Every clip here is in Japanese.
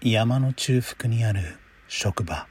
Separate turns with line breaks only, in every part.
山の中腹にある職場。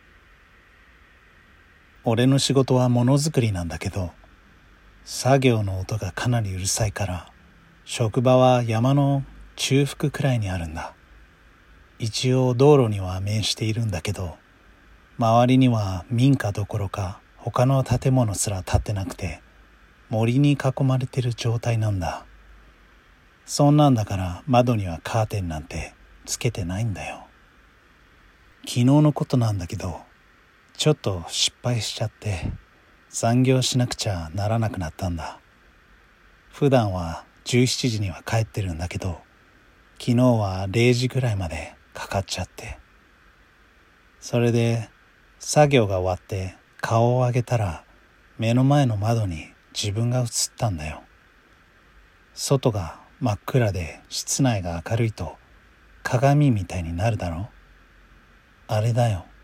俺の仕事はものづくりなんだけど、作業の音がかなりうるさいから、職場は山の中腹くらいにあるんだ。一応道路には面しているんだけど、周りには民家どころか他の建物すら建ってなくて、森に囲まれてる状態なんだ。そんなんだから窓にはカーテンなんてつけてないんだよ。昨日のことなんだけど、ちょっと失敗しちゃって残業しなくちゃならなくなったんだ。普段は17時には帰ってるんだけど、昨日は0時ぐらいまでかかっちゃって、それで作業が終わって顔を上げたら、目の前の窓に自分が映ったんだよ。外が真っ暗で室内が明るいと鏡みたいになるだろう。あれだよ。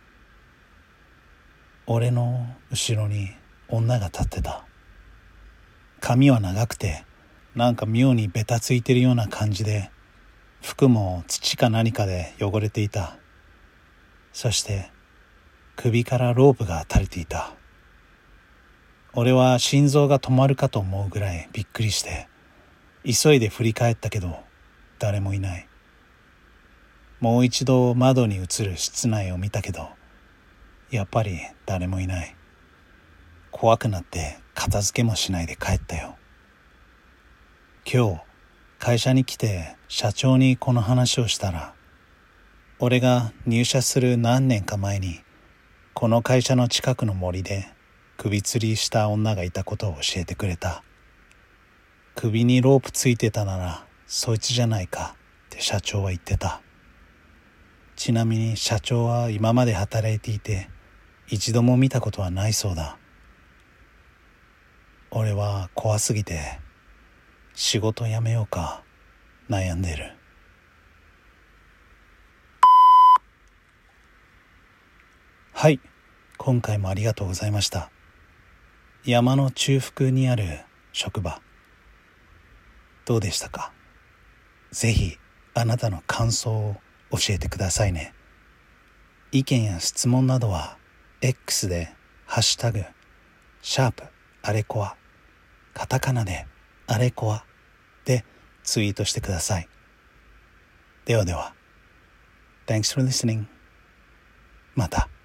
俺の後ろに女が立ってた。髪は長くてなんか妙にベタついてるような感じで、服も土か何かで汚れていた。そして首からロープが垂れていた。俺は心臓が止まるかと思うぐらいびっくりして、急いで振り返ったけど誰もいない。もう一度窓に映る室内を見たけど、やっぱり誰もいない。怖くなって片付けもしないで帰ったよ。今日会社に来て社長にこの話をしたら、俺が入社する何年か前にこの会社の近くの森で首吊りした女がいたことを教えてくれた。首にロープついてたならそいつじゃないかって社長は言ってた。ちなみに社長は今まで働いていて一度も見たことはないそうだ。俺は怖すぎて仕事辞めようか悩んでる。はい、今回もありがとうございました。山の中腹にある職場、どうでしたか？ぜひあなたの感想を教えてくださいね。意見や質問などは X でハッシュタグあれこわ、カタカナであれこわでツイートしてください。ではでは、Thanks for listening。また。